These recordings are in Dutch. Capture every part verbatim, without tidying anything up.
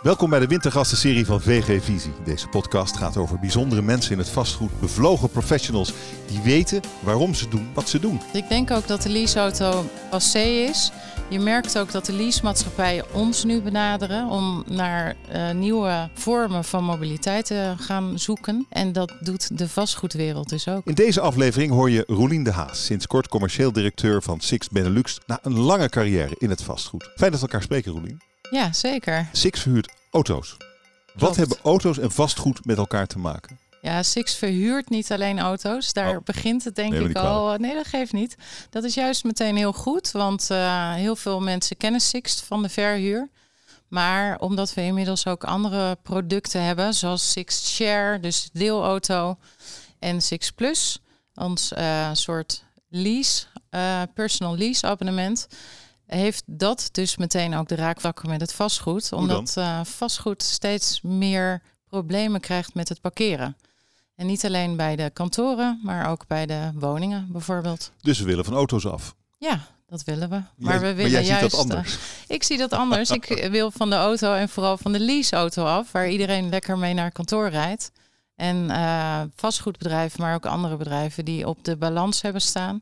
Welkom bij de wintergastenserie van V G Visie. Deze podcast gaat over bijzondere mensen in het vastgoed, bevlogen professionals die weten waarom ze doen wat ze doen. Ik denk ook dat de leaseauto passé is. Je merkt ook dat de leasemaatschappijen ons nu benaderen om naar uh, nieuwe vormen van mobiliteit te gaan zoeken. En dat doet de vastgoedwereld dus ook. In deze aflevering hoor je Roelien de Haas, sinds kort commercieel directeur van Sixt Benelux, na een lange carrière in het vastgoed. Fijn dat we elkaar spreken, Roelien. Ja, zeker. Sixt verhuurt auto's. Wat Klopt. hebben auto's en vastgoed met elkaar te maken? Ja, Sixt verhuurt niet alleen auto's. Daar oh. begint het denk nee, ik al. Nee, dat geeft niet. Dat is juist meteen heel goed. Want uh, heel veel mensen kennen Sixt van de verhuur. Maar omdat we inmiddels ook andere producten hebben, zoals Sixt Share, dus deelauto, en Sixt Plus, ons uh, soort lease, uh, personal lease abonnement, heeft dat dus meteen ook de raakvlakken met het vastgoed. Omdat uh, vastgoed steeds meer problemen krijgt met het parkeren. En niet alleen bij de kantoren, maar ook bij de woningen bijvoorbeeld. Dus we willen van auto's af? Ja, dat willen we. Maar, jij, we willen maar jij juist, ziet dat anders? Uh, ik zie dat anders. Ik wil van de auto en vooral van de leaseauto af, waar iedereen lekker mee naar kantoor rijdt. En uh, vastgoedbedrijven, maar ook andere bedrijven die op de balans hebben staan.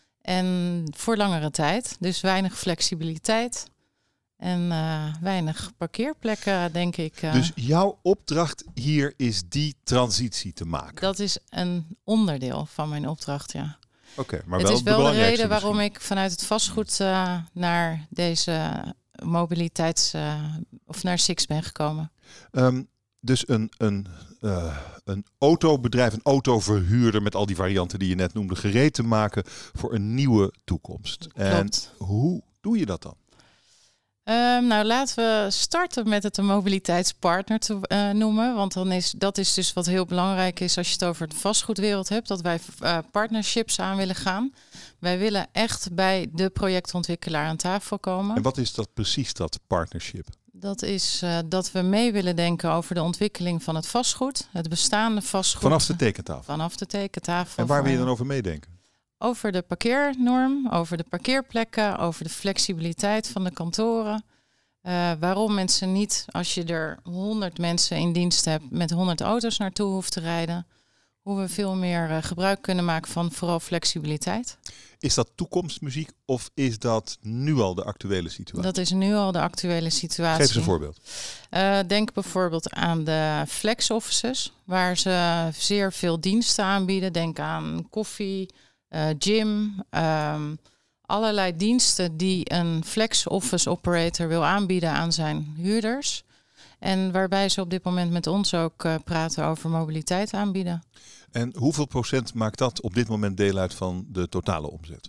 En voor langere tijd. Dus weinig flexibiliteit. En uh, weinig parkeerplekken, denk ik. Uh. Dus jouw opdracht hier is die transitie te maken? Dat is een onderdeel van mijn opdracht, ja. Oké, okay, maar het wel is wel de reden misschien. waarom ik vanuit het vastgoed uh, naar deze mobiliteits... Uh, of naar Sixt ben gekomen. Um, dus een, een, uh, een autobedrijf, een autoverhuurder met al die varianten die je net noemde, gereed te maken voor een nieuwe toekomst. Klopt. En hoe doe je dat dan? Um, nou, laten we starten met het een mobiliteitspartner te uh, noemen. Want dan is, dat is dus wat heel belangrijk is als je het over de vastgoedwereld hebt. Dat wij uh, partnerships aan willen gaan. Wij willen echt bij de projectontwikkelaar aan tafel komen. En wat is dat precies, dat partnership? Dat is uh, dat we mee willen denken over de ontwikkeling van het vastgoed. Het bestaande vastgoed. Vanaf de tekentafel? Vanaf de tekentafel. En waar wil je dan over meedenken? Over de parkeernorm, over de parkeerplekken, over de flexibiliteit van de kantoren. Uh, waarom mensen niet, als je er honderd mensen in dienst hebt, met honderd auto's naartoe hoeft te rijden. Hoe we veel meer uh, gebruik kunnen maken van vooral flexibiliteit. Is dat toekomstmuziek of is dat nu al de actuele situatie? Dat is nu al de actuele situatie. Geef eens een voorbeeld. Uh, denk bijvoorbeeld aan de flex offices, waar ze zeer veel diensten aanbieden. Denk aan koffie, uh, gym, um, allerlei diensten die een flex office operator wil aanbieden aan zijn huurders. En waarbij ze op dit moment met ons ook uh, praten over mobiliteit aanbieden. En hoeveel procent maakt dat op dit moment deel uit van de totale omzet?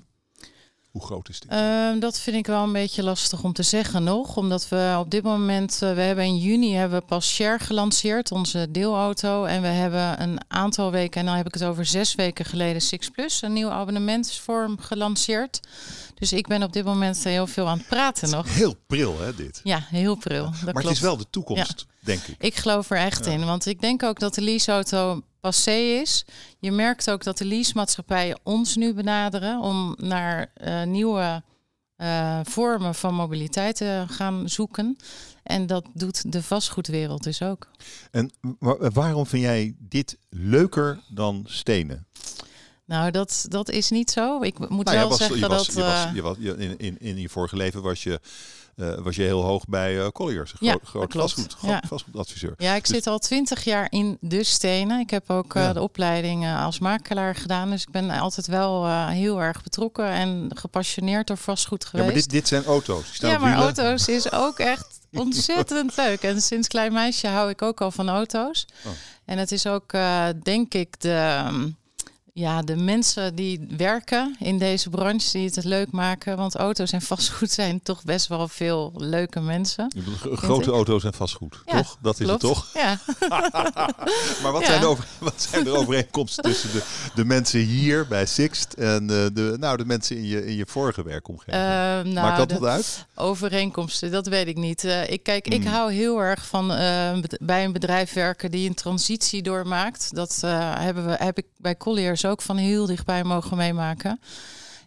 Hoe groot is dit? Uh, dat vind ik wel een beetje lastig om te zeggen nog. Omdat we op dit moment, uh, we hebben in juni hebben we pas Share gelanceerd, onze deelauto. En we hebben een aantal weken, en dan heb ik het over zes weken geleden, Sixt Plus, een nieuw abonnementsvorm gelanceerd. Dus ik ben op dit moment heel veel aan het praten nog. Heel pril, hè, dit? Ja, heel pril. Dat maar klopt. Het is wel de toekomst, ja. denk ik. Ik geloof er echt ja. in. Want ik denk ook dat de leaseauto passé is. Je merkt ook dat de leasemaatschappijen ons nu benaderen om naar uh, nieuwe uh, vormen van mobiliteit te gaan zoeken. En dat doet de vastgoedwereld dus ook. En wa- waarom vind jij dit leuker dan stenen? Nou, dat, dat is niet zo. Ik moet nou, wel ja, was, zeggen je was, dat... Je was, uh, je was, je, in, in, in je vorige leven was je, uh, was je heel hoog bij uh, Colliers, een ja, groot, groot vastgoed, ja. vastgoedadviseur. Ja, ik dus, zit al twintig jaar in de stenen. Ik heb ook uh, ja. de opleiding uh, als makelaar gedaan. Dus ik ben altijd wel uh, heel erg betrokken en gepassioneerd door vastgoed geweest. Ja, maar dit, dit zijn auto's. Ja, maar auto's is ook echt ontzettend leuk. En sinds klein meisje hou ik ook al van auto's. Oh. En het is ook, uh, denk ik, de... Um, Ja, de mensen die werken in deze branche die het leuk maken. Want auto's en vastgoed zijn toch best wel veel leuke mensen. Je bedoelt, grote auto's en vastgoed, ja, toch? Dat is klopt. het toch? Ja. Maar wat, ja. zijn de over, wat zijn de overeenkomsten tussen de, de mensen hier bij Sixt en de, de, nou, de mensen in je, in je vorige werkomgeving? Uh, nou, Maakt dat wat uit? Overeenkomsten, dat weet ik niet. Uh, ik, kijk, hmm. ik hou heel erg van uh, bij een bedrijf werken die een transitie doormaakt. Dat uh, hebben we, heb ik bij Colliers ook van heel dichtbij mogen meemaken.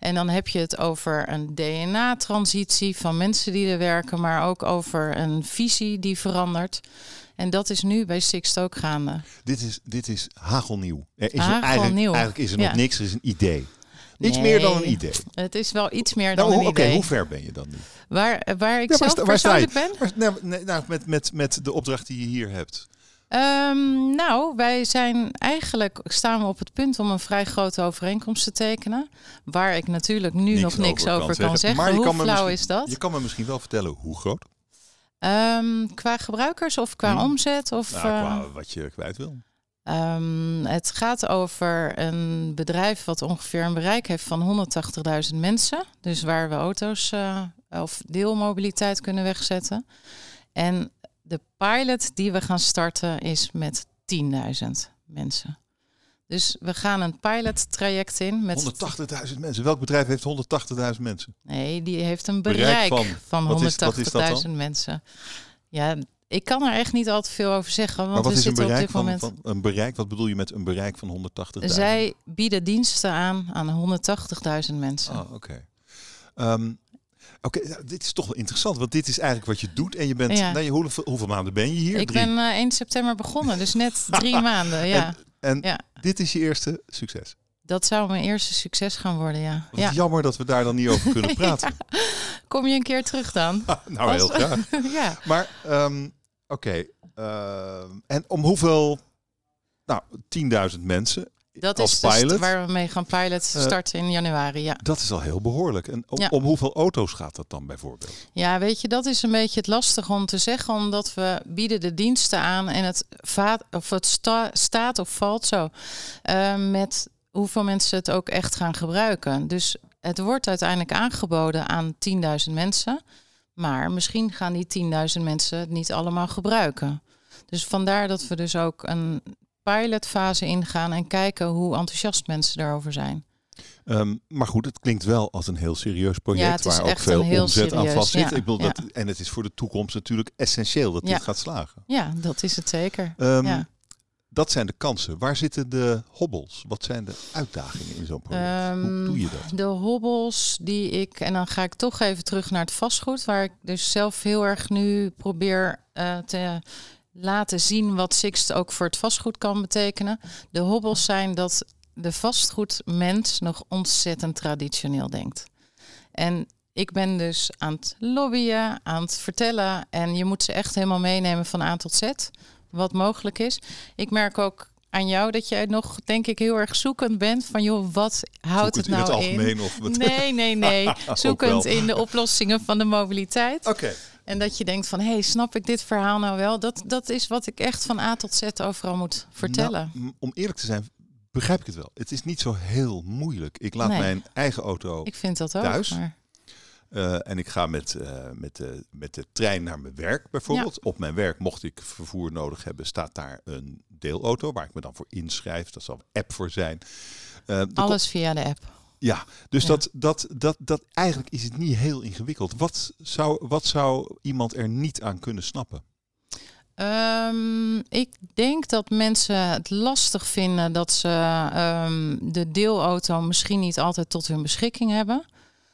En dan heb je het over een D N A-transitie van mensen die er werken, maar ook over een visie die verandert. En dat is nu bij Sixt ook gaande. Dit is, dit is hagelnieuw. Er is hagelnieuw. Er eigenlijk, eigenlijk is er nog ja. niks, er is een idee. Iets nee, meer dan een idee. Het is wel iets meer nou, dan een okay, idee. Hoe ver ben je dan nu? Waar, waar ik ja, zelf waar persoonlijk waar ben? Waar, nou, nou, met, met, met de opdracht die je hier hebt. Um, nou, wij zijn eigenlijk staan we op het punt om een vrij grote overeenkomst te tekenen. Waar ik natuurlijk nu niks nog niks over, over kan zeggen. zeggen. Maar je hoe kan flauw is dat? Je kan me misschien wel vertellen hoe groot? Um, qua gebruikers of qua hmm. omzet? Of, nou, qua uh, wat je kwijt wil. Um, het gaat over een bedrijf wat ongeveer een bereik heeft van honderdtachtigduizend mensen. Dus waar we auto's uh, of deelmobiliteit kunnen wegzetten. En de pilot die we gaan starten is met tienduizend mensen. Dus we gaan een pilot traject in met honderdtachtigduizend mensen. Welk bedrijf heeft honderdtachtigduizend mensen? Nee, die heeft een bereik, bereik van, van honderdtachtigduizend mensen. Ja, ik kan er echt niet al te veel over zeggen. Want maar wat we is een bereik op dit van, moment... van een bereik? Wat bedoel je met een bereik van honderdtachtigduizend? Zij bieden diensten aan aan honderdtachtigduizend mensen. Oh, oké. Okay. Um, Oké, okay, dit is toch wel interessant, want dit is eigenlijk wat je doet. En je bent, ja. nou, hoeveel, hoeveel maanden ben je hier? Ik drie. ben uh, één september begonnen, dus net drie maanden. Ja. En, en ja. dit is je eerste succes? Dat zou mijn eerste succes gaan worden, ja. Wat ja. jammer dat we daar dan niet over kunnen praten. ja. Kom je een keer terug dan? nou, Als... heel graag. ja. Maar, um, oké. Okay, uh, en om hoeveel... Nou, tienduizend mensen... Dat als is pilot. Dus waar we mee gaan pilot starten uh, in januari, ja. Dat is al heel behoorlijk. En om, ja. om hoeveel auto's gaat dat dan bijvoorbeeld? Ja, weet je, dat is een beetje het lastige om te zeggen. Omdat we bieden de diensten aan en het, vaat, of het sta, staat of valt zo. Uh, met hoeveel mensen het ook echt gaan gebruiken. Dus het wordt uiteindelijk aangeboden aan tienduizend mensen. Maar misschien gaan die tienduizend mensen het niet allemaal gebruiken. Dus vandaar dat we dus ook een... pilotfase ingaan en kijken hoe enthousiast mensen daarover zijn. Um, maar goed, het klinkt wel als een heel serieus project ja, het is waar ook veel omzet serieus. aan vast zit. Ja, Ik bedoel ja. dat, en het is voor de toekomst natuurlijk essentieel dat ja. dit gaat slagen. Ja, dat is het zeker. Um, ja. Dat zijn de kansen. Waar zitten de hobbels? Wat zijn de uitdagingen in zo'n project? Um, Hoe doe je dat? De hobbels die ik... En dan ga ik toch even terug naar het vastgoed. Waar ik dus zelf heel erg nu probeer uh, te... laten zien wat Sixt ook voor het vastgoed kan betekenen. De hobbels zijn dat de vastgoedmens nog ontzettend traditioneel denkt. En ik ben dus aan het lobbyen, aan het vertellen. En je moet ze echt helemaal meenemen van A tot Z. Wat mogelijk is. Ik merk ook aan jou dat jij nog, denk ik, heel erg zoekend bent. Van joh, wat houdt het, het nou in? in? Of wat? Nee, nee, nee. Zoekend in de oplossingen van de mobiliteit. Oké. Okay. En dat je denkt van, hé, hey, snap ik dit verhaal nou wel? Dat, dat is wat ik echt van A tot Z overal moet vertellen. Nou, om eerlijk te zijn, begrijp ik het wel. Het is niet zo heel moeilijk. Ik laat nee. mijn eigen auto ik vind dat ook, thuis. Maar... Uh, en ik ga met, uh, met, uh, met de trein naar mijn werk bijvoorbeeld. Ja. Op mijn werk, mocht ik vervoer nodig hebben, staat daar een deelauto waar ik me dan voor inschrijf. Dat zal een app voor zijn. Uh, Alles kom... via de app. Ja, dus ja. Dat, dat, dat, dat eigenlijk is het niet heel ingewikkeld. Wat zou, wat zou iemand er niet aan kunnen snappen? Um, ik denk dat mensen het lastig vinden dat ze um, de deelauto misschien niet altijd tot hun beschikking hebben.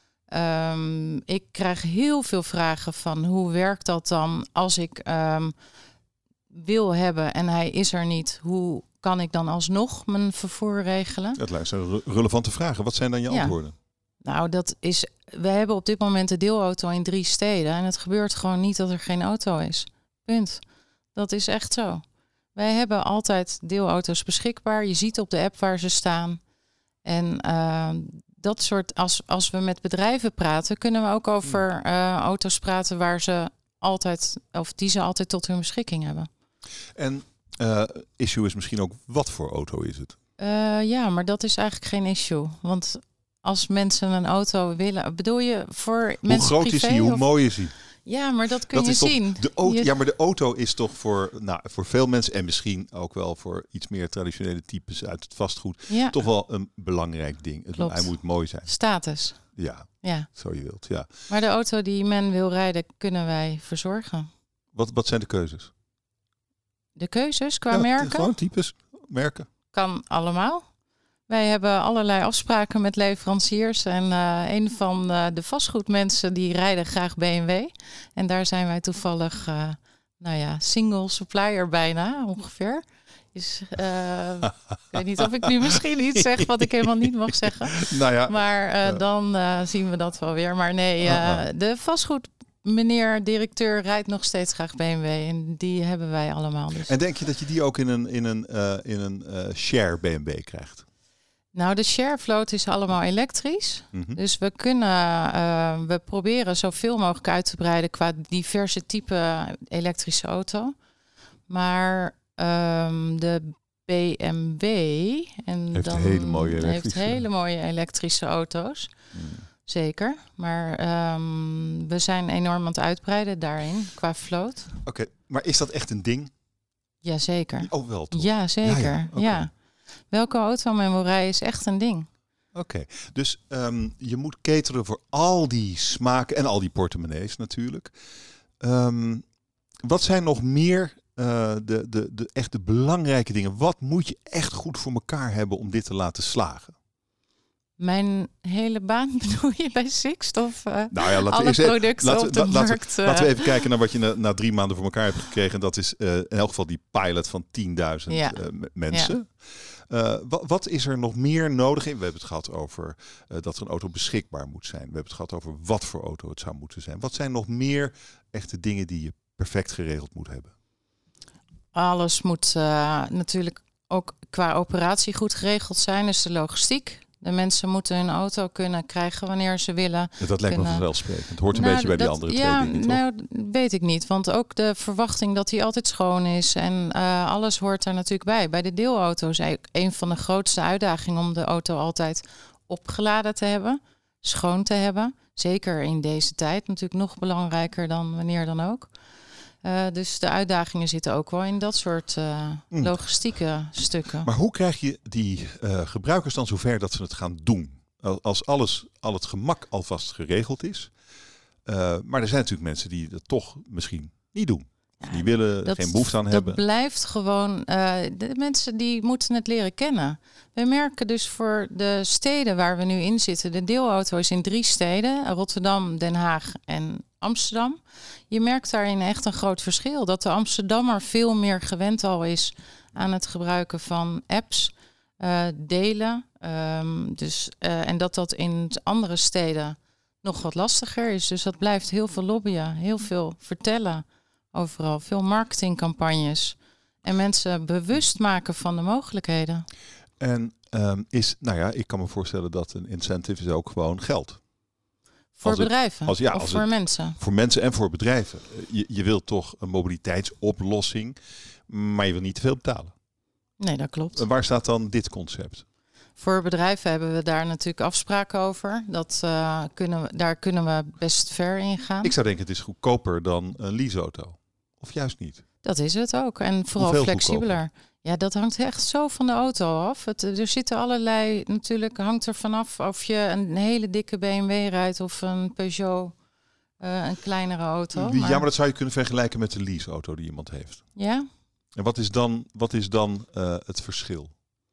Um, ik krijg heel veel vragen van hoe werkt dat dan als ik um, wil hebben en hij is er niet. Hoe kan ik dan alsnog mijn vervoer regelen? Dat zijn relevante vragen. Wat zijn dan je ja. antwoorden? Nou, dat is. We hebben op dit moment de deelauto in drie steden. En het gebeurt gewoon niet dat er geen auto is. Punt. Dat is echt zo. Wij hebben altijd deelauto's beschikbaar. Je ziet op de app waar ze staan. En uh, dat soort. Als, als we met bedrijven praten, kunnen we ook over uh, auto's praten waar ze altijd, of die ze altijd tot hun beschikking hebben. En uh, issue is misschien ook wat voor auto is het? Uh, ja, maar dat is eigenlijk geen issue. Want als mensen een auto willen, bedoel je voor hoe mensen groot privé, is hij? Hoe of? mooi is hij? Ja, maar dat kun dat je is toch zien. De auto, je... Ja, maar de auto is toch voor, nou, voor veel mensen en misschien ook wel voor iets meer traditionele types uit het vastgoed ja. toch wel een belangrijk ding. Klopt. Hij moet mooi zijn. Status. Ja, ja, zo je wilt. Ja. Maar de auto die men wil rijden, kunnen wij verzorgen. Wat, wat zijn de keuzes? De keuzes qua ja, merken? Gewoon types, merken. Kan allemaal. Wij hebben allerlei afspraken met leveranciers. En uh, een van uh, de vastgoedmensen die rijden graag B M W. En daar zijn wij toevallig, uh, nou ja, single supplier bijna ongeveer. Dus uh, ik weet niet of ik nu misschien iets zeg wat ik helemaal niet mag zeggen. Nou ja, maar uh, ja. dan uh, zien we dat wel weer. Maar nee, uh, de vastgoed meneer directeur rijdt nog steeds graag B M W. En die hebben wij allemaal. Dus. En denk je dat je die ook in een, in een, uh, in een uh, share B M W krijgt? Nou, de share float is allemaal elektrisch. Mm-hmm. Dus we kunnen, uh, we proberen zoveel mogelijk uit te breiden qua diverse type elektrische auto. Maar um, de B M W en heeft dan hele mooie heeft hele mooie elektrische auto's. Mm. Zeker. Maar um, we zijn enorm aan het uitbreiden daarin qua float. Oké, okay, maar is dat echt een ding? Jazeker. Oh, wel toch? Ja, zeker. Ja, ja. Okay. ja. Welke auto men wil rijden is echt een ding. Oké, okay. dus um, je moet cateren voor al die smaken en al die portemonnees natuurlijk. Um, wat zijn nog meer uh, de, de, de echt de belangrijke dingen? Wat moet je echt goed voor elkaar hebben om dit te laten slagen? Mijn hele baan bedoel je bij Sixt of uh, nou ja, alle even, producten laten, op de laten, markt? Laten, uh, laten we even kijken naar wat je na, na drie maanden voor elkaar hebt gekregen. Dat is uh, in elk geval die pilot van tienduizend ja. uh, mensen. Ja. Uh, wat, wat is er nog meer nodig in? We hebben het gehad over uh, dat er een auto beschikbaar moet zijn. We hebben het gehad over wat voor auto het zou moeten zijn. Wat zijn nog meer echte dingen die je perfect geregeld moet hebben? Alles moet uh, natuurlijk ook qua operatie goed geregeld zijn. Dus de logistiek. De mensen moeten hun auto kunnen krijgen wanneer ze willen. Ja, dat lijkt kunnen... me vanzelfsprekend. Het hoort een nou, beetje bij dat, die andere ja, twee dingen, nou, toch? weet ik niet. Want ook de verwachting dat hij altijd schoon is. En uh, alles hoort daar natuurlijk bij. Bij de deelauto's is een van de grootste uitdagingen om de auto altijd opgeladen te hebben. Schoon te hebben. Zeker in deze tijd. Natuurlijk nog belangrijker dan wanneer dan ook. Uh, dus de uitdagingen zitten ook wel in dat soort uh, mm. logistieke stukken. Maar hoe krijg je die uh, gebruikers dan zover dat ze het gaan doen? Als alles, al het gemak alvast geregeld is. Uh, maar er zijn natuurlijk mensen die dat toch misschien niet doen. Ja, die willen dat, geen behoefte aan dat hebben. Dat blijft gewoon... Uh, de mensen die moeten het leren kennen. We merken dus voor de steden waar we nu in zitten... de deelauto is in drie steden. Rotterdam, Den Haag en Amsterdam. Je merkt daarin echt een groot verschil. Dat de Amsterdammer veel meer gewend al is aan het gebruiken van apps. Uh, delen. Um, dus, uh, en dat dat in andere steden nog wat lastiger is. Dus dat blijft heel veel lobbyen. Heel veel vertellen overal. Veel marketingcampagnes. En mensen bewust maken van de mogelijkheden. En um, is, nou ja, ik kan me voorstellen dat een incentive is ook gewoon geld. Voor als bedrijven het, als, ja, of als voor het, mensen? Voor mensen en voor bedrijven. Je, je wilt toch een mobiliteitsoplossing, maar je wil niet te veel betalen. Nee, dat klopt. En waar staat dan dit concept? Voor bedrijven hebben we daar natuurlijk afspraken over. Dat, uh, kunnen we, daar kunnen we best ver in gaan. Ik zou denken het is goedkoper dan een leaseauto. Of juist niet? Dat is het ook. En vooral Hoeveel flexibeler. Goedkoper? Ja, dat hangt echt zo van de auto af. Het, er zitten allerlei, natuurlijk hangt er vanaf of je een hele dikke B M W rijdt of een Peugeot, uh, een kleinere auto. Ja, maar... maar dat zou je kunnen vergelijken met de leaseauto die iemand heeft. Ja. En wat is dan, wat is dan uh, het verschil?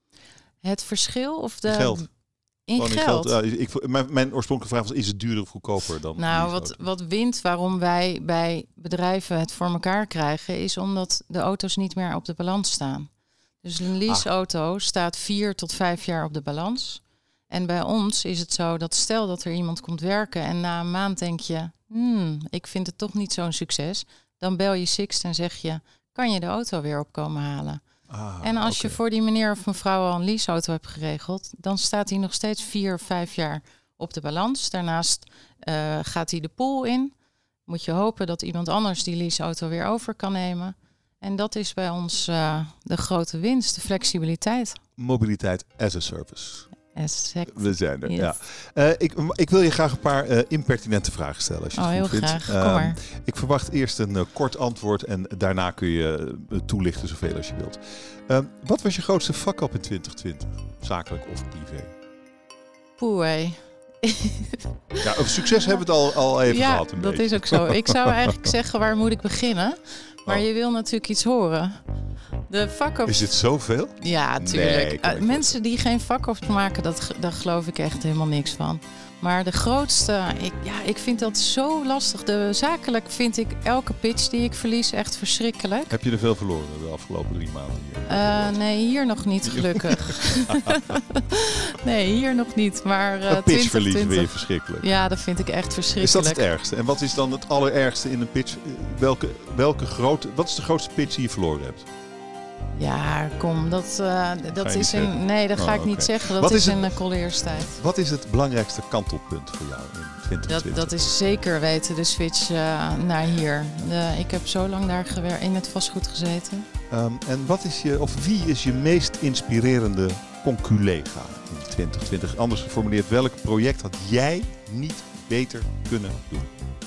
Het verschil of de... Geld. In Gewoon geld? In geld. Ja, ik, mijn, mijn oorspronkelijke vraag was, is het duurder of goedkoper dan Nou, wat, wat wint waarom wij bij bedrijven het voor elkaar krijgen... is omdat de auto's niet meer op de balans staan. Dus een leaseauto ah. staat vier tot vijf jaar op de balans. En bij ons is het zo dat stel dat er iemand komt werken... en na een maand denk je, hmm, ik vind het toch niet zo'n succes... dan bel je Sixt en zeg je, kan je de auto weer opkomen halen? Ah, en als okay. je voor die meneer of mevrouw al een leaseauto hebt geregeld... dan staat hij nog steeds vier of vijf jaar op de balans. Daarnaast uh, gaat hij de pool in. Moet je hopen dat iemand anders die leaseauto weer over kan nemen. En dat is bij ons uh, de grote winst, de flexibiliteit. Mobiliteit as a service. Exact. We zijn er, yes. ja. Uh, ik, ik wil je graag een paar uh, impertinente vragen stellen, als je oh, het goed heel vindt. Graag. Kom maar. Uh, ik verwacht eerst een uh, kort antwoord en daarna kun je uh, toelichten zoveel als je wilt. Uh, wat was je grootste fuck-up in twintig twintig? Zakelijk of privé? Poei. Ja, over succes hebben we het al, al even ja, gehad. Een dat beetje. is ook zo. Ik zou eigenlijk zeggen, waar moet ik beginnen? Maar oh. je wil natuurlijk iets horen. De fuck-ups. Is dit zoveel? Ja, tuurlijk. Nee, uh, mensen die geen fuck-ups maken, dat, daar geloof ik echt helemaal niks van. Maar de grootste, ik, ja, ik vind dat zo lastig. De, zakelijk vind ik elke pitch die ik verlies echt verschrikkelijk. Heb je er veel verloren de afgelopen drie maanden hier? Uh, nee, hier nog niet, gelukkig. nee, hier nog niet. Maar uh, een pitch verliezen vind je verschrikkelijk? Ja, dat vind ik echt verschrikkelijk. Is dat het ergste? En wat is dan het allerergste in een pitch? Welke, welke grote, wat is de grootste pitch die je verloren hebt? Ja, kom, dat, uh, dat is een. Nee, dat ga oh, ik niet okay. zeggen. Dat wat is, is een collegeerstijd. Wat is het belangrijkste kantelpunt voor jou in twintig twintig? Dat, dat is zeker weten, de switch uh, naar hier. De, ik heb zo lang daar gewer- in het vastgoed gezeten. Um, en wat is je, of wie is je meest inspirerende conculega in twintig twintig? Anders geformuleerd, welk project had jij niet beter kunnen doen?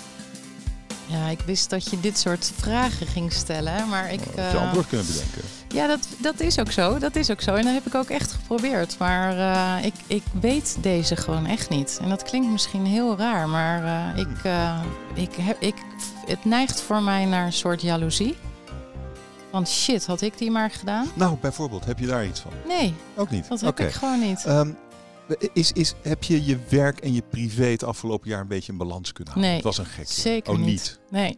Ja, ik wist dat je dit soort vragen ging stellen, maar ik... Uh, je uh, antwoord kunnen bedenken. Ja, dat, dat is ook zo. Dat is ook zo. En dat heb ik ook echt geprobeerd. Maar uh, ik, ik weet deze gewoon echt niet. En dat klinkt misschien heel raar, maar uh, ik, uh, ik heb, ik, het neigt voor mij naar een soort jaloezie. Want shit, had ik die maar gedaan? Nou, bijvoorbeeld, heb je daar iets van? Nee. Ook niet? Dat heb okay. ik gewoon niet. Um, Is, is, heb je je werk en je privé het afgelopen jaar een beetje in balans kunnen houden? Nee, het was een gek jaar. Zeker oh, niet. niet. Nee,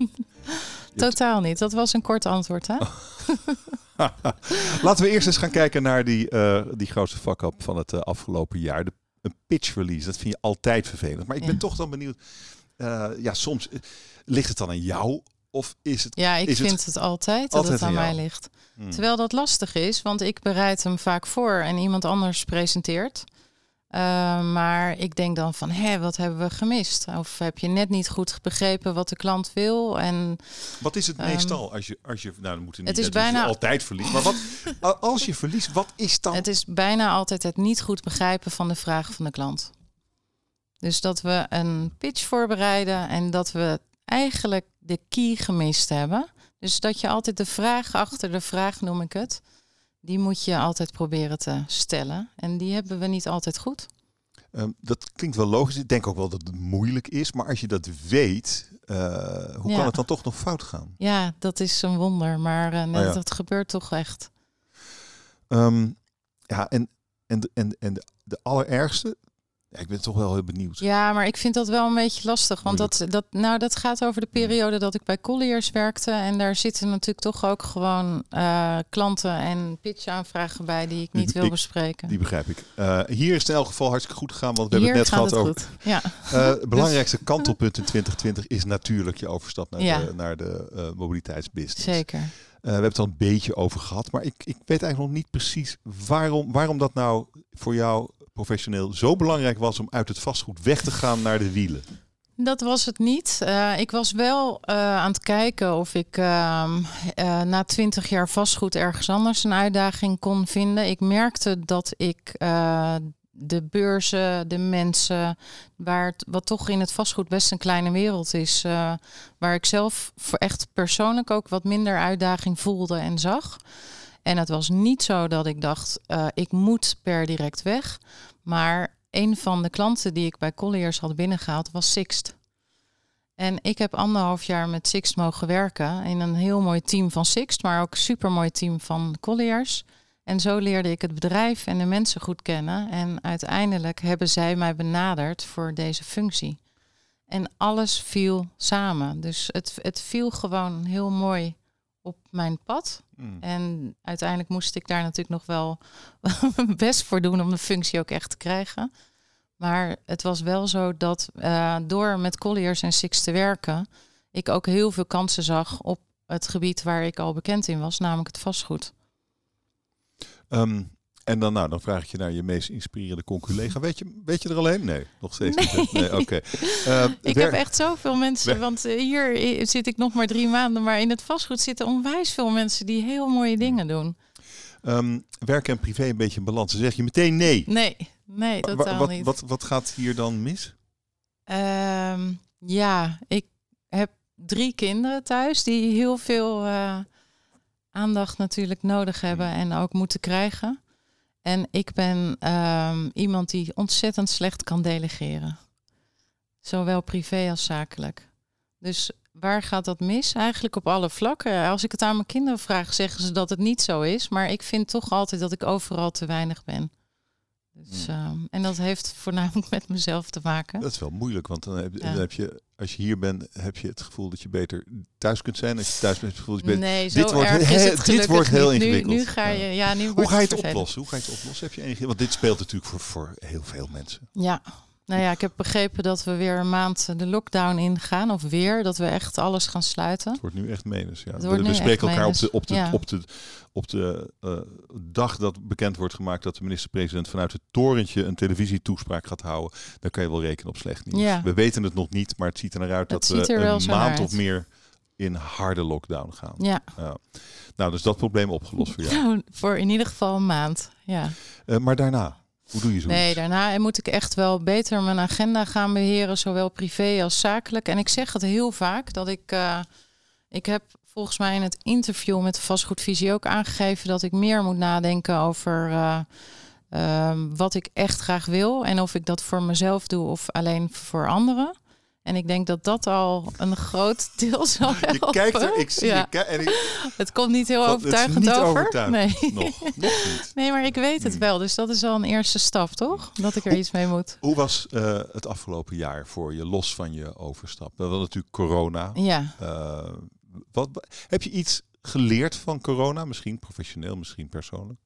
totaal niet. Dat was een kort antwoord, hè? Laten we eerst eens gaan kijken naar die, uh, die grootste fuck-up van het uh, afgelopen jaar. De, een pitchverlies, dat vind je altijd vervelend. Maar ik ben ja. toch dan benieuwd. Uh, ja, soms uh, ligt het dan aan jou? Of is het, ja, ik is vind het, het altijd dat altijd het aan, aan mij ligt. Hmm. Terwijl dat lastig is, want ik bereid hem vaak voor en iemand anders presenteert. Uh, maar ik denk dan van, hé, wat hebben we gemist? Of heb je net niet goed begrepen wat de klant wil? En, wat is het um, meestal als je, als je, nou dan moet je niet, het is het bijna is altijd verliest. Maar wat, als je verliest, wat is dan? Het is bijna altijd het niet goed begrijpen van de vraag van de klant. Dus dat we een pitch voorbereiden en dat we eigenlijk de key gemist hebben. Dus dat je altijd de vraag achter de vraag, noem ik het, die moet je altijd proberen te stellen. En die hebben we niet altijd goed. Um, dat klinkt wel logisch. Ik denk ook wel dat het moeilijk is. Maar als je dat weet, uh, hoe ja. kan het dan toch nog fout gaan? Ja, dat is een wonder. Maar uh, nee, oh ja. dat gebeurt toch echt. Um, ja, en, en, en, en de, de allerergste... Ja, ik ben toch wel heel benieuwd. Ja, maar ik vind dat wel een beetje lastig. Want dat, dat, nou, dat gaat over de periode dat ik bij Colliers werkte. En daar zitten natuurlijk toch ook gewoon uh, klanten en pitch-aanvragen bij die ik niet die, wil ik, bespreken. Die begrijp ik. Uh, hier is het in elk geval hartstikke goed gegaan. Want we Hier hebben het net gehad over. Ja. Uh, het belangrijkste dus. kantelpunt in twintig twintig is natuurlijk je overstap naar ja. de, naar de uh, mobiliteitsbusiness. Zeker. Uh, we hebben het al een beetje over gehad. Maar ik, ik weet eigenlijk nog niet precies waarom, waarom dat nou voor jou professioneel zo belangrijk was om uit het vastgoed weg te gaan naar de wielen? Dat was het niet. Uh, ik was wel uh, aan het kijken of ik uh, uh, na twintig jaar vastgoed ergens anders een uitdaging kon vinden. Ik merkte dat ik uh, de beurzen, de mensen, waar het, wat toch in het vastgoed best een kleine wereld is, uh, waar ik zelf voor echt persoonlijk ook wat minder uitdaging voelde en zag. En het was niet zo dat ik dacht, uh, ik moet per direct weg. Maar een van de klanten die ik bij Colliers had binnengehaald was Sixt. En ik heb anderhalf jaar met Sixt mogen werken in een heel mooi team van Sixt, maar ook een supermooi team van Colliers. En zo leerde ik het bedrijf en de mensen goed kennen. En uiteindelijk hebben zij mij benaderd voor deze functie. En alles viel samen. Dus het, het viel gewoon heel mooi op mijn pad. Mm. En uiteindelijk moest ik daar natuurlijk nog wel mijn best voor doen om de functie ook echt te krijgen. Maar het was wel zo dat uh, door met Colliers en Sixt te werken, ik ook heel veel kansen zag op het gebied waar ik al bekend in was, namelijk het vastgoed. Um, en dan, nou, dan vraag ik je naar je meest inspirerende conculega. Weet je, weet je er alleen? Nee, nog steeds nee. niet. Nee, oké. Okay. Uh, ik werk... heb echt zoveel mensen, Wer... want uh, hier zit ik nog maar drie maanden, maar in het vastgoed zitten onwijs veel mensen die heel mooie dingen doen. Um, werk en privé een beetje in balans. Dan zeg je meteen nee. Nee, nee, totaal wat, niet. Wat, wat gaat hier dan mis? Um, ja, ik heb drie kinderen thuis die heel veel uh, aandacht natuurlijk nodig hebben en ook moeten krijgen. En ik ben um, iemand die ontzettend slecht kan delegeren. Zowel privé als zakelijk. Dus waar gaat dat mis? Eigenlijk op alle vlakken. Als ik het aan mijn kinderen vraag, zeggen ze dat het niet zo is. Maar ik vind toch altijd dat ik overal te weinig ben. Dus, uh, en dat heeft voornamelijk met mezelf te maken. Dat is wel moeilijk, want dan heb, ja. dan heb je, als je hier bent, heb je het gevoel dat je beter thuis kunt zijn. Als je thuis bent, heb je het gevoel dat je beter... Nee, zo dit wordt, erg he, is het dit wordt heel niet. ingewikkeld. Nu, nu ga je, ja, nu Hoe ga je het vervelend. oplossen? Hoe ga je het oplossen? Heb je enige... Want dit speelt natuurlijk voor, voor heel veel mensen. Ja. Nou ja, ik heb begrepen dat we weer een maand de lockdown ingaan. Of weer, dat we echt alles gaan sluiten. Het wordt nu echt menens. Ja. Het We spreken elkaar menens. op de, op de, ja. op de, op de uh, dag dat bekend wordt gemaakt dat de minister-president vanuit het torentje een televisietoespraak gaat houden. Dan kan je wel rekenen op slecht nieuws. Ja. We weten het nog niet, maar het ziet er naar uit Het dat we een maand uit. of meer in harde lockdown gaan. Ja. Uh, nou, dus dat probleem opgelost voor jou. Nou, voor in ieder geval een maand, ja. Uh, maar daarna? Hoe doe je zoiets? Nee, daarna moet ik echt wel beter mijn agenda gaan beheren, zowel privé als zakelijk. En ik zeg het heel vaak, dat ik... Uh, ik heb volgens mij in het interview met de vastgoedvisie ook aangegeven dat ik meer moet nadenken over uh, uh, wat ik echt graag wil. En of ik dat voor mezelf doe of alleen voor anderen. En ik denk dat dat al een groot deel zal helpen. Je kijkt er, ik zie ja. je ki- en ik, Het komt niet heel dat, overtuigend het is niet over. Overtuigend. Nee. Nog, nog niet. Nee, maar ik weet het hmm. wel. Dus dat is al een eerste stap, toch? Dat ik er hoe, iets mee moet. Hoe was uh, het afgelopen jaar voor je, los van je overstap? Dat was natuurlijk corona. Ja. Uh, wat, heb je iets geleerd van corona? Misschien professioneel, misschien persoonlijk?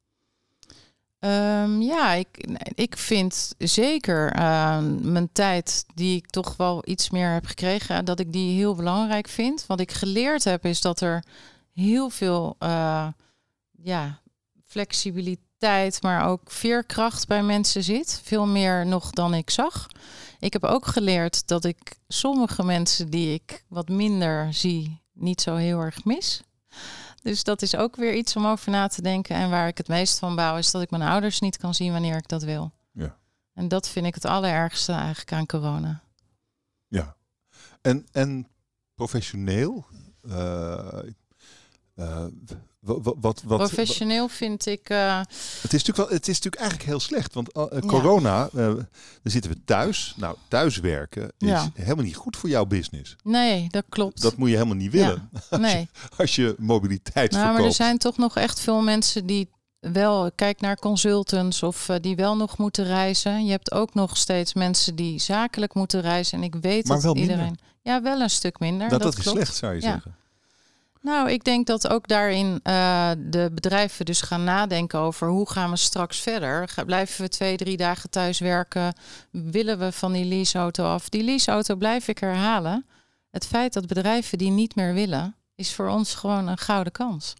Um, ja, ik, ik vind zeker uh, mijn tijd die ik toch wel iets meer heb gekregen, dat ik die heel belangrijk vind. Wat ik geleerd heb is dat er heel veel uh, ja, flexibiliteit, maar ook veerkracht bij mensen zit. Veel meer nog dan ik zag. Ik heb ook geleerd dat ik sommige mensen die ik wat minder zie, niet zo heel erg mis. Dus dat is ook weer iets om over na te denken. En waar ik het meest van bouw is dat ik mijn ouders niet kan zien wanneer ik dat wil. Ja. En dat vind ik het allerergste eigenlijk aan corona. Ja. En, en professioneel? Uh, uh, wat, wat, wat, professioneel vind ik... Uh... Het is natuurlijk wel, het is natuurlijk eigenlijk heel slecht. Want uh, corona, uh, dan zitten we thuis. Nou, thuiswerken is ja. helemaal niet goed voor jouw business. Nee, dat klopt. Dat moet je helemaal niet willen. Ja. Nee. Als, je, als je mobiliteit nou, verkoopt. Maar er zijn toch nog echt veel mensen die wel... Kijk naar consultants of uh, die wel nog moeten reizen. Je hebt ook nog steeds mensen die zakelijk moeten reizen. En ik weet maar dat wel iedereen... Minder. Ja, wel een stuk minder. Dat, dat, dat is klopt. slecht, zou je ja. zeggen. Nou, ik denk dat ook daarin uh, de bedrijven dus gaan nadenken over hoe gaan we straks verder. Ga, blijven we twee, drie dagen thuis werken? Willen we van die leaseauto af? Die leaseauto blijf ik herhalen. Het feit dat bedrijven die niet meer willen, is voor ons gewoon een gouden kans.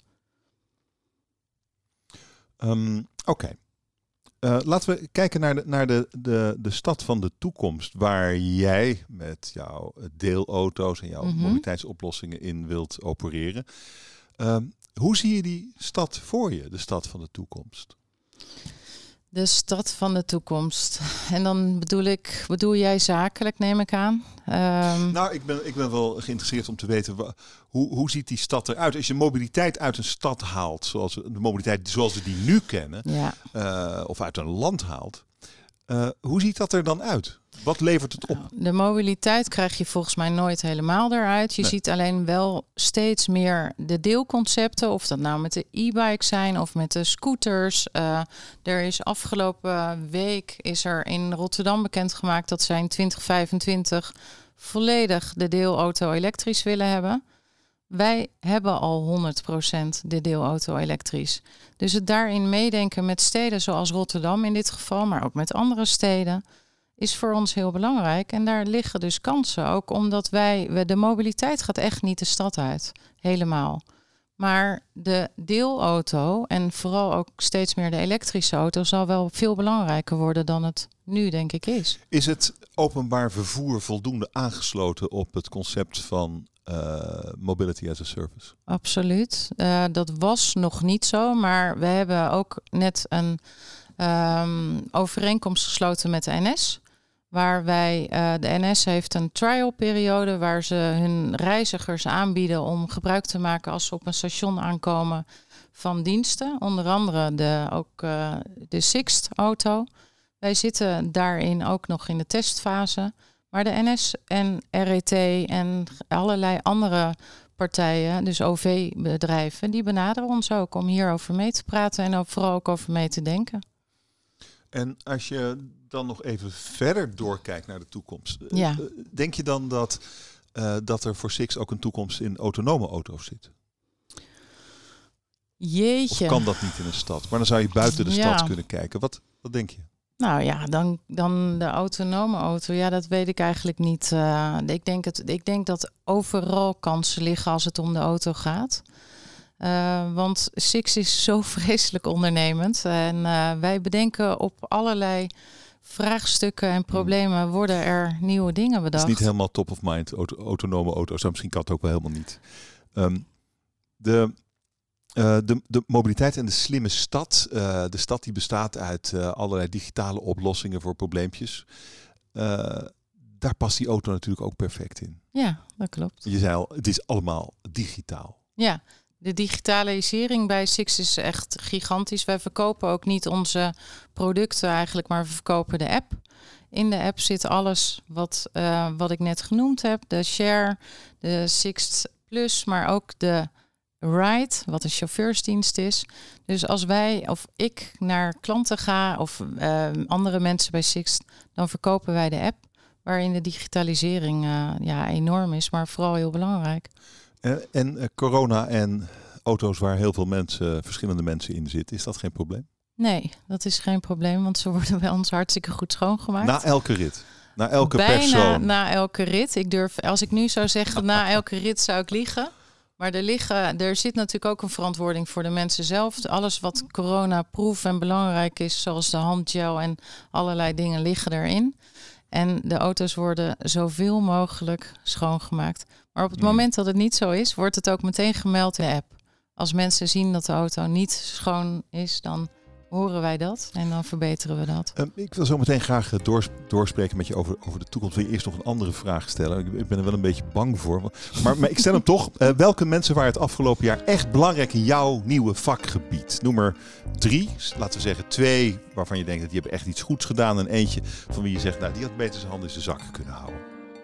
Um, Oké. Okay. Uh, laten we kijken naar, de, naar de, de, de stad van de toekomst, waar jij met jouw deelauto's en jouw mm-hmm. mobiliteitsoplossingen in wilt opereren. Uh, hoe zie je die stad voor je, de stad van de toekomst? De stad van de toekomst. En dan bedoel ik, bedoel jij zakelijk, neem ik aan? Um... Nou, ik ben, ik ben wel geïnteresseerd om te weten, hoe, hoe ziet die stad eruit? Als je mobiliteit uit een stad haalt, zoals de mobiliteit zoals we die nu kennen, ja. uh, of uit een land haalt, uh, hoe ziet dat er dan uit? Wat levert het op? De mobiliteit krijg je volgens mij nooit helemaal eruit. Je nee. ziet alleen wel steeds meer de deelconcepten. Of dat nou met de e-bike zijn of met de scooters. Uh, er is afgelopen week is er in Rotterdam bekendgemaakt dat zij in twintig vijfentwintig volledig de deelauto elektrisch willen hebben. Wij hebben al honderd procent de deelauto elektrisch. Dus het daarin meedenken met steden zoals Rotterdam in dit geval, maar ook met andere steden, is voor ons heel belangrijk. En daar liggen dus kansen. Ook omdat wij, de mobiliteit gaat echt niet de stad uit. Helemaal. Maar de deelauto en vooral ook steeds meer de elektrische auto zal wel veel belangrijker worden dan het nu denk ik is. Is het openbaar vervoer voldoende aangesloten op het concept van uh, mobility as a service? Absoluut. Uh, dat was nog niet zo. Maar we hebben ook net een um, overeenkomst gesloten met de N S. Waar wij, uh, de N S heeft een trialperiode waar ze hun reizigers aanbieden om gebruik te maken als ze op een station aankomen van diensten. Onder andere de, ook uh, de Sixt auto. Wij zitten daarin ook nog in de testfase. Maar de N S en R E T en allerlei andere partijen, dus O V-bedrijven, die benaderen ons ook om hierover mee te praten en ook vooral ook over mee te denken. En als je dan nog even verder doorkijkt naar de toekomst, Ja. denk je dan dat, uh, dat er voor Sixt ook een toekomst in autonome auto's zit? Jeetje. Of kan dat niet in een stad? Maar dan zou je buiten de ja. stad kunnen kijken. Wat, wat denk je? Nou ja, dan, dan de autonome auto. Ja, dat weet ik eigenlijk niet. Uh, ik, denk het, ik denk dat overal kansen liggen als het om de auto gaat. Uh, want Sixt is zo vreselijk ondernemend. En uh, wij bedenken op allerlei vraagstukken en problemen worden er nieuwe dingen bedacht. Het is niet helemaal top of mind, auto, autonome auto's. Misschien kan het ook wel helemaal niet. Um, de... Uh, de, de mobiliteit en de slimme stad. Uh, de stad die bestaat uit uh, allerlei digitale oplossingen voor probleempjes. Uh, daar past die auto natuurlijk ook perfect in. Ja, dat klopt. Je zei al, het is allemaal digitaal. Ja, de digitalisering bij Sixt is echt gigantisch. Wij verkopen ook niet onze producten eigenlijk, maar we verkopen de app. In de app zit alles wat, uh, wat ik net genoemd heb. De Share, de Sixt Plus, maar ook de Ride, wat een chauffeursdienst is. Dus als wij of ik naar klanten ga of uh, andere mensen bij Sixt, dan verkopen wij de app waarin de digitalisering uh, ja, enorm is, maar vooral heel belangrijk. En, en uh, corona en auto's waar heel veel mensen, verschillende mensen in zitten, is dat geen probleem? Nee, dat is geen probleem, want ze worden bij ons hartstikke goed schoongemaakt. Na elke rit? Na elke Bijna persoon? na elke rit. Ik durf, als ik nu zou zeggen na elke rit zou ik liegen. Maar er, liggen, er zit natuurlijk ook een verantwoording voor de mensen zelf. Alles wat corona-proof en belangrijk is, zoals de handgel en allerlei dingen, liggen erin. En de auto's worden zoveel mogelijk schoongemaakt. Maar op het Hmm. moment dat het niet zo is, wordt het ook meteen gemeld in de app. Als mensen zien dat de auto niet schoon is, dan horen wij dat en dan verbeteren we dat. Um, ik wil zo meteen graag uh, doors, doorspreken met je over, over de toekomst. Wil je eerst nog een andere vraag stellen? Ik, ik ben er wel een beetje bang voor. Maar, maar ik stel hem toch. Uh, welke mensen waren het afgelopen jaar echt belangrijk in jouw nieuwe vakgebied? Noem er drie, laten we zeggen twee, waarvan je denkt dat die hebben echt iets goeds gedaan. En eentje van wie je zegt, nou die had beter zijn handen in zijn zakken kunnen houden.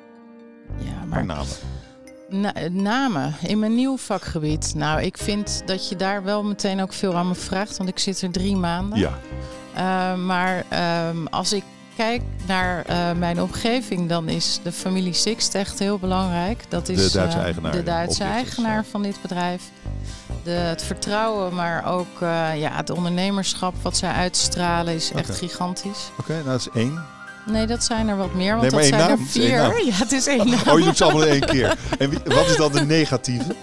Ja, Maar maar namen. Na, namen in mijn nieuw vakgebied. Nou, ik vind dat je daar wel meteen ook veel aan me vraagt, want ik zit er drie maanden. Ja. Uh, maar um, als ik kijk naar uh, mijn omgeving, dan is de familie Sixt echt heel belangrijk. Dat is de Duitse uh, eigenaar. de Duitse oprichters, eigenaar ja. van dit bedrijf. De, het vertrouwen, maar ook uh, ja, het ondernemerschap wat zij uitstralen is echt Okay. gigantisch. Oké, okay, nou dat is één. Nee, dat zijn er wat meer, want Nee, maar dat één zijn naam. er Het is één vier. naam. Ja, het is één naam. Oh, je doet ze allemaal in één keer. En wie, wat is dan de negatieve?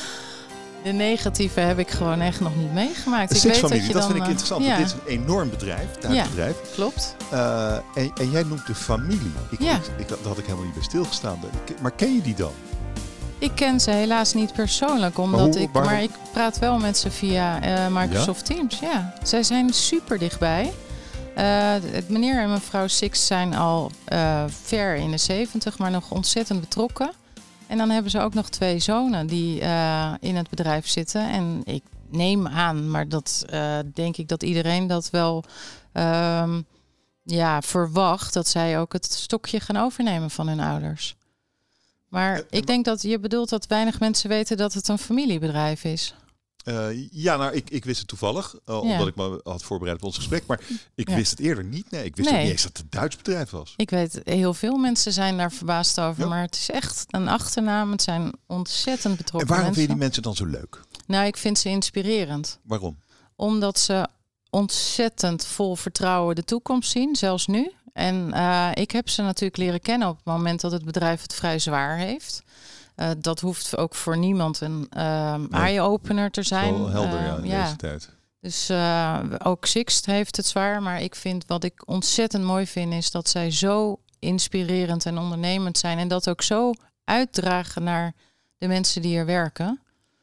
De negatieve heb ik gewoon echt nog niet meegemaakt. De Ik weet Sixt-familie, dat, je dat dan, vind ik interessant. Ja, Want dit is een enorm bedrijf, Duits Ja. bedrijf. klopt. Uh, en, en jij noemt de familie. Ik, Ja. ik, ik, daar had ik helemaal niet bij stilgestaan. Ik, maar ken je die dan? Ik ken ze helaas niet persoonlijk, omdat Maar hoe- ik, waarom- maar ik praat wel met ze via uh, Microsoft Ja? Teams. Ja, zij zijn super dichtbij. Uh, het meneer en mevrouw Sixt zijn al uh, ver in de zeventig, maar nog ontzettend betrokken. En dan hebben ze ook nog twee zonen die uh, in het bedrijf zitten. En ik neem aan, maar dat uh, denk ik dat iedereen dat wel um, ja, verwacht, dat zij ook het stokje gaan overnemen van hun ouders. Maar ik denk dat je bedoelt dat weinig mensen weten dat het een familiebedrijf is. Uh, ja, nou, ik, ik wist het toevallig, uh, Ja. omdat ik me had voorbereid op ons gesprek. Maar ik Ja. wist het eerder niet. Nee, ik wist Nee. ook niet eens dat het een Duits bedrijf was. Ik weet, heel veel mensen zijn daar verbaasd over. Ja. Maar het is echt een achternaam. Het zijn ontzettend En betrokken waarom mensen. vind je die mensen dan zo leuk? Nou, ik vind ze inspirerend. Waarom? Omdat ze ontzettend vol vertrouwen de toekomst zien, zelfs nu. En uh, ik heb ze natuurlijk leren kennen op het moment dat het bedrijf het vrij zwaar heeft. Uh, dat hoeft ook voor niemand een uh, eye-opener te zijn. Wel helder, ja, in Uh, ja. deze tijd. Dus uh, ook Sixt heeft het zwaar. Maar ik vind, wat ik ontzettend mooi vind, is dat zij zo inspirerend en ondernemend zijn. En dat ook zo uitdragen naar de mensen die er werken.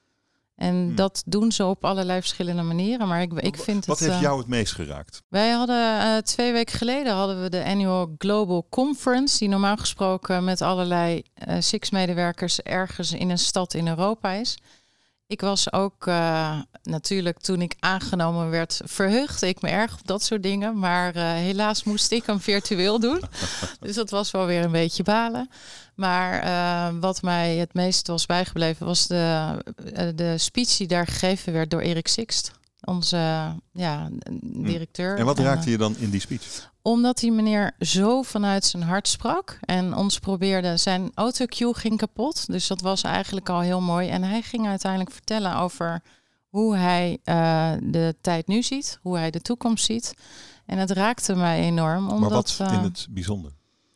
En Hmm. dat doen ze op allerlei verschillende manieren. Maar ik, ik vind Wat het... heeft uh, jou het meest geraakt? Wij hadden uh, twee weken geleden hadden we de Annual Global Conference, die normaal gesproken met allerlei uh, Sixt-medewerkers ergens in een stad in Europa is. Ik was ook uh, natuurlijk toen ik aangenomen werd, verheugde ik me erg op dat soort dingen. Maar uh, helaas moest ik hem virtueel doen. Dus dat was wel weer een beetje balen. Maar uh, wat mij het meest was bijgebleven was de, uh, de speech die daar gegeven werd door Erik Sixt. Onze uh, ja, directeur. En wat raakte je dan in die speech? Omdat die meneer zo vanuit zijn hart sprak en ons probeerde, zijn autocue ging kapot. Dus dat was eigenlijk al heel mooi. En hij ging uiteindelijk vertellen over hoe hij uh, de tijd nu ziet, hoe hij de toekomst ziet. En het raakte mij enorm. Omdat, maar wat uh, in het bijzonder?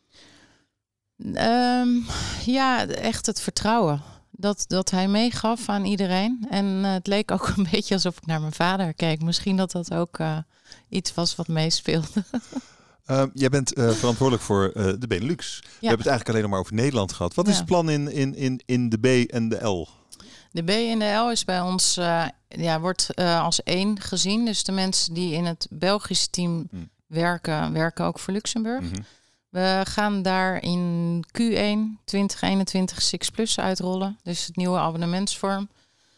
Um, ja, echt het vertrouwen. Dat, dat hij meegaf aan iedereen. En uh, het leek ook een beetje alsof ik naar mijn vader keek. Misschien dat dat ook uh, iets was wat meespeelde. Uh, jij bent uh, verantwoordelijk voor uh, de Benelux. Ja. We hebben het eigenlijk alleen nog maar over Nederland gehad. Wat ja. is het plan in, in, in, in de B en de L? De B en de L is bij ons uh, ja, wordt uh, als één gezien. Dus de mensen die in het Belgische team hmm. werken, werken ook voor Luxemburg. Mm-hmm. We gaan daar in Q één twintig eenentwintig Six Plus uitrollen. Dus het nieuwe abonnementsvorm.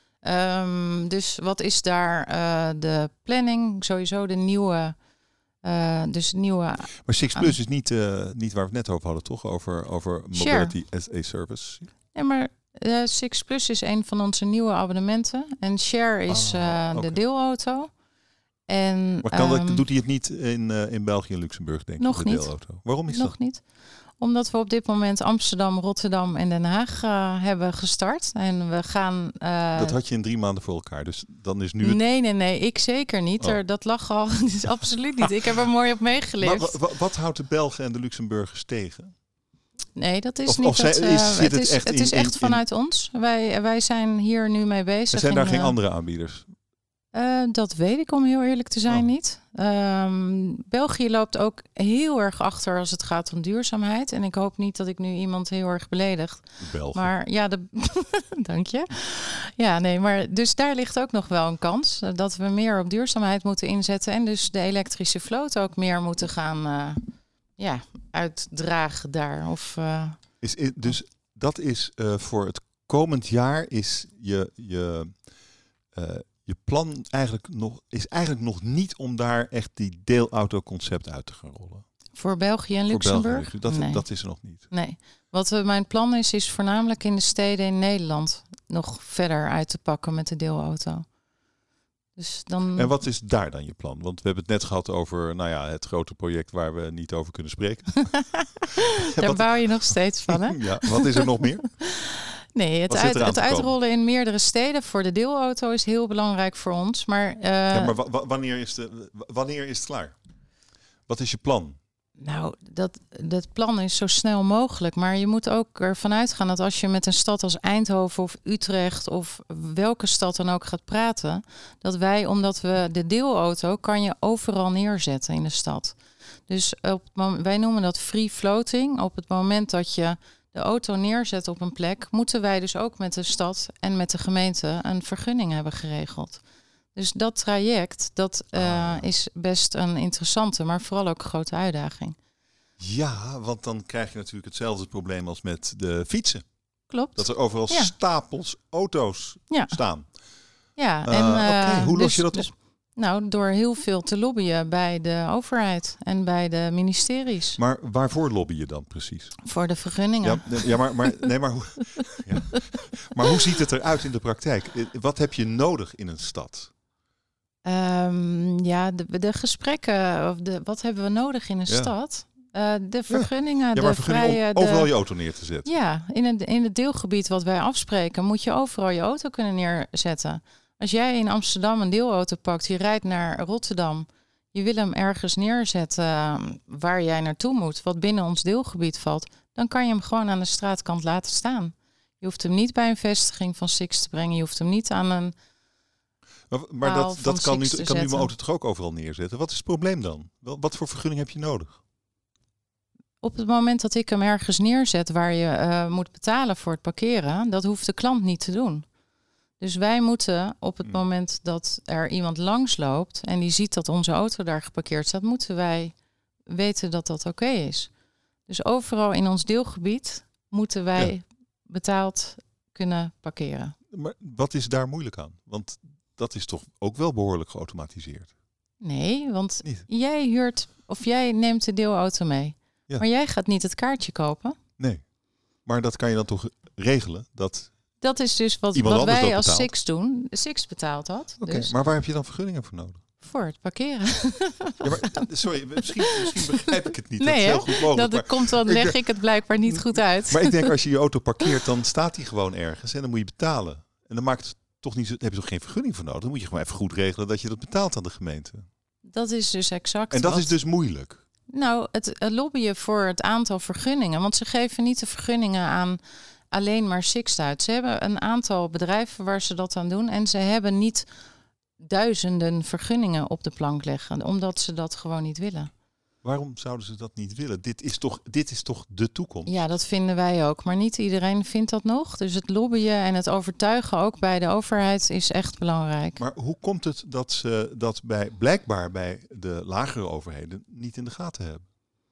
Um, dus wat is daar uh, de planning? Sowieso de nieuwe... Uh, dus nieuwe. Maar Six Plus uh, is niet, uh, niet waar we het net over hadden, toch? Over, over Mobility as a Service. Ja, maar uh, Six Plus is een van onze nieuwe abonnementen. En Share is uh, oh, okay. de deelauto. En, maar kan um, dat, doet hij het niet in, uh, in België en Luxemburg, denk ik? Nog de niet. Deelauto? Waarom is nog dat? niet. Omdat we op dit moment Amsterdam, Rotterdam en Den Haag uh, hebben gestart. En we gaan... Uh... Dat had je in drie maanden voor elkaar. Dus dan is nu het... Nee, nee, nee. Ik zeker niet. Oh. Er, dat lag al. Dus absoluut niet. Ik heb er mooi op meegeleefd. Maar w- w- wat houdt de Belgen en de Luxemburgers tegen? Nee, dat is of, niet... Of dat, zij, uh, is, het het is echt, het in, is echt in, vanuit in... ons. Wij, wij zijn hier nu mee bezig. Er zijn daar in, geen uh, andere aanbieders? Uh, dat weet ik, om heel eerlijk te zijn, oh. niet. Um, België loopt ook heel erg achter als het gaat om duurzaamheid. En ik hoop niet dat ik nu iemand heel erg beledig. België. Maar ja, de... dank je. Ja, nee, maar dus daar ligt ook nog wel een kans. Uh, dat we meer op duurzaamheid moeten inzetten. En dus de elektrische vloot ook meer moeten gaan uh, ja, uitdragen daar. Of, uh, is, is, dus dat is uh, voor het komend jaar is je... je uh, Je plan eigenlijk nog, is eigenlijk nog niet om daar echt die deelautoconcept uit te gaan rollen. Voor België en Luxemburg? Dat, nee. dat is er nog niet. Nee. Wat uh, mijn plan is, is voornamelijk in de steden in Nederland nog verder uit te pakken met de deelauto. Dus dan... En wat is daar dan je plan? Want we hebben het net gehad over nou ja, het grote project waar we niet over kunnen spreken. Daar wat... bouw je nog steeds van, hè? Ja, wat is er nog meer? Nee, het, uit, het uitrollen in meerdere steden voor de deelauto is heel belangrijk voor ons. Maar, uh, ja, maar w- w- wanneer, is de, wanneer is het klaar? Wat is je plan? Nou, dat, dat plan is zo snel mogelijk. Maar je moet ook ervan uitgaan dat als je met een stad als Eindhoven of Utrecht of welke stad dan ook gaat praten, dat wij, omdat we de deelauto, kan je overal neerzetten in de stad. Dus op, wij noemen dat free floating. Op het moment dat je de auto neerzet op een plek, moeten wij dus ook met de stad en met de gemeente een vergunning hebben geregeld. Dus dat traject, dat uh, ah. is best een interessante, maar vooral ook een grote uitdaging. Ja, want dan krijg je natuurlijk hetzelfde probleem als met de fietsen. Klopt. Dat er overal ja. stapels auto's ja. staan. Ja, uh, en uh, Oké, okay. hoe los dus, je dat op? Dus, nou, door heel veel te lobbyen bij de overheid en bij de ministeries. Maar waarvoor lobby je dan precies? Voor de vergunningen. Ja, ja maar, maar, nee, maar, hoe, ja. maar hoe ziet het eruit in de praktijk? Wat heb je nodig in een stad? Um, ja, de, de gesprekken, of de, wat hebben we nodig in een ja. stad? Uh, de vergunningen, ja, de maar vergunningen vrije, om overal de, je auto neer te zetten. Ja, in het, in het deelgebied wat wij afspreken, moet je overal je auto kunnen neerzetten. Als jij in Amsterdam een deelauto pakt, je rijdt naar Rotterdam, je wil hem ergens neerzetten uh, waar jij naartoe moet, wat binnen ons deelgebied valt, dan kan je hem gewoon aan de straatkant laten staan. Je hoeft hem niet bij een vestiging van Sixt te brengen, je hoeft hem niet aan een Maar, maar dat, dat kan, nu, kan nu mijn auto toch ook overal neerzetten? Wat is het probleem dan? Wat voor vergunning heb je nodig? Op het moment dat ik hem ergens neerzet waar je uh, moet betalen voor het parkeren, dat hoeft de klant niet te doen. Dus wij moeten op het moment dat er iemand langsloopt en die ziet dat onze auto daar geparkeerd staat, moeten wij weten dat dat oké okay is. Dus overal in ons deelgebied moeten wij ja. betaald kunnen parkeren. Maar wat is daar moeilijk aan? Want dat is toch ook wel behoorlijk geautomatiseerd? Nee, want niet. jij huurt of jij neemt de deelauto mee. Ja. Maar jij gaat niet het kaartje kopen. Nee, maar dat kan je dan toch regelen? Dat, dat is dus wat, wat wij als Sixt doen. Sixt betaalt dat. Oké, okay, dus. Maar waar heb je dan vergunningen voor nodig? Voor het parkeren. Ja, maar, sorry, misschien, misschien begrijp ik het niet. Nee, dat is heel goed mogelijk. Dat komt dan, leg ik, ik het blijkbaar niet goed uit. Maar ik denk, als je je auto parkeert, dan staat die gewoon ergens en dan moet je betalen. En dan maakt het toch niet, heb je toch geen vergunning voor nodig? Dan moet je gewoon even goed regelen dat je dat betaalt aan de gemeente. Dat is dus exact. En dat wat... is dus moeilijk. Nou, het lobbyen voor het aantal vergunningen. Want ze geven niet de vergunningen aan alleen maar Sixt uit. Ze hebben een aantal bedrijven waar ze dat aan doen. En ze hebben niet duizenden vergunningen op de plank leggen. Omdat ze dat gewoon niet willen. Waarom zouden ze dat niet willen? Dit is toch, dit is toch de toekomst? Ja, dat vinden wij ook. Maar niet iedereen vindt dat nog. Dus het lobbyen en het overtuigen ook bij de overheid is echt belangrijk. Maar hoe komt het dat ze dat bij, blijkbaar bij de lagere overheden niet in de gaten hebben?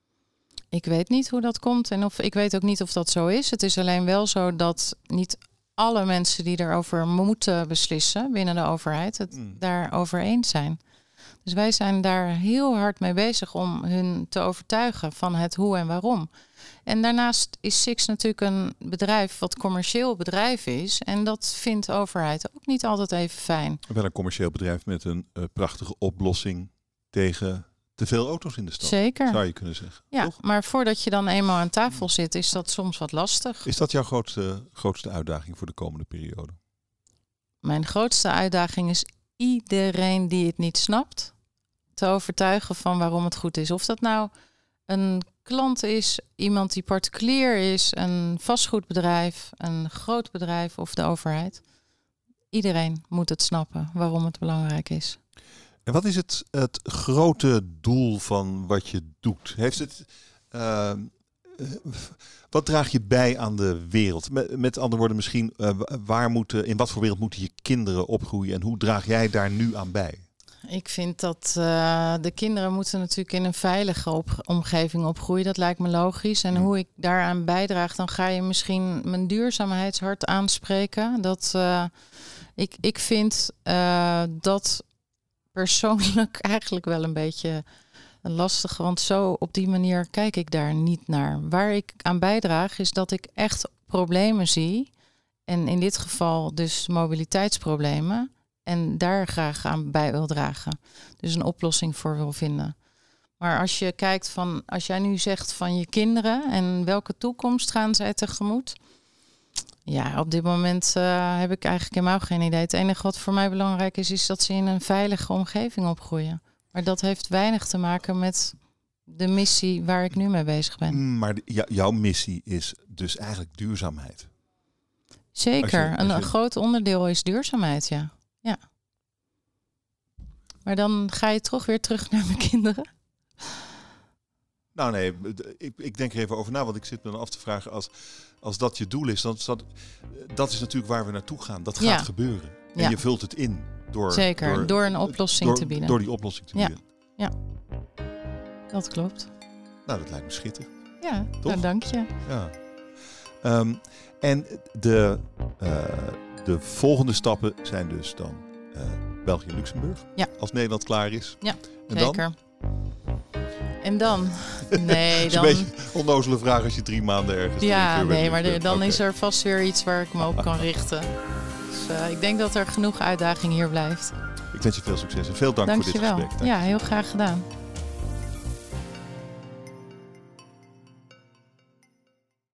Ik weet niet hoe dat komt. En of ik weet ook niet of dat zo is. Het is alleen wel zo dat niet alle mensen die erover moeten beslissen binnen de overheid het mm. daarover eens zijn. Dus wij zijn daar heel hard mee bezig om hun te overtuigen van het hoe en waarom. En daarnaast is Sixt natuurlijk een bedrijf wat commercieel bedrijf is. En dat vindt de overheid ook niet altijd even fijn. Wel een commercieel bedrijf met een uh, prachtige oplossing tegen te veel auto's in de stad. Zeker. Zou je kunnen zeggen. Ja, toch? Maar voordat je dan eenmaal aan tafel zit, is dat soms wat lastig. Is dat jouw grootste, grootste uitdaging voor de komende periode? Mijn grootste uitdaging is iedereen die het niet snapt te overtuigen van waarom het goed is. Of dat nou een klant is, iemand die particulier is, een vastgoedbedrijf, een groot bedrijf of de overheid. Iedereen moet het snappen waarom het belangrijk is. En wat is het, het grote doel van wat je doet? Heeft het, uh, wat draag je bij aan de wereld? Met, met andere woorden misschien, uh, waar moeten, in wat voor wereld moeten je kinderen opgroeien en hoe draag jij daar nu aan bij? Ik vind dat uh, de kinderen moeten natuurlijk in een veilige op- omgeving opgroeien. Dat lijkt me logisch. En hoe ik daaraan bijdraag, dan ga je misschien mijn duurzaamheidshart aanspreken. Dat uh, ik, ik vind uh, dat persoonlijk eigenlijk wel een beetje lastig. Want zo op die manier kijk ik daar niet naar. Waar ik aan bijdraag is dat ik echt problemen zie. En in dit geval dus mobiliteitsproblemen. En daar graag aan bij wil dragen. Dus een oplossing voor wil vinden. Maar als je kijkt van, als jij nu zegt van je kinderen en welke toekomst gaan zij tegemoet? Ja, op dit moment uh, heb ik eigenlijk helemaal geen idee. Het enige wat voor mij belangrijk is, is dat ze in een veilige omgeving opgroeien. Maar dat heeft weinig te maken met de missie waar ik nu mee bezig ben. Maar de, ja, jouw missie is dus eigenlijk duurzaamheid. Zeker, als je, als je... een, een groot onderdeel is duurzaamheid, ja. Ja. Maar dan ga je toch weer terug naar mijn kinderen. Nou nee, ik, ik denk er even over na, want ik zit me dan af te vragen, als, als dat je doel is, dan is dat, dat is natuurlijk waar we naartoe gaan. Dat gaat ja. gebeuren. En ja. je vult het in door, Zeker, door, door een oplossing door, te bieden. Door die oplossing te ja. bieden. Ja, dat klopt. Nou, dat lijkt me schitterend. Ja, nou, dank je. Ja. Um, en de, uh, de volgende stappen zijn dus dan uh, België en Luxemburg. Ja. Als Nederland klaar is. Ja, en zeker. Dan? En dan? Nee, dan... Het is een beetje een onnozele vraag als je drie maanden ergens... Ja, nee, maar de, dan okay. is er vast weer iets waar ik me op kan richten. Dus uh, ik denk dat er genoeg uitdaging hier blijft. Ik wens je veel succes en veel dank Dank voor dit je wel. gesprek. Dank ja, heel graag gedaan.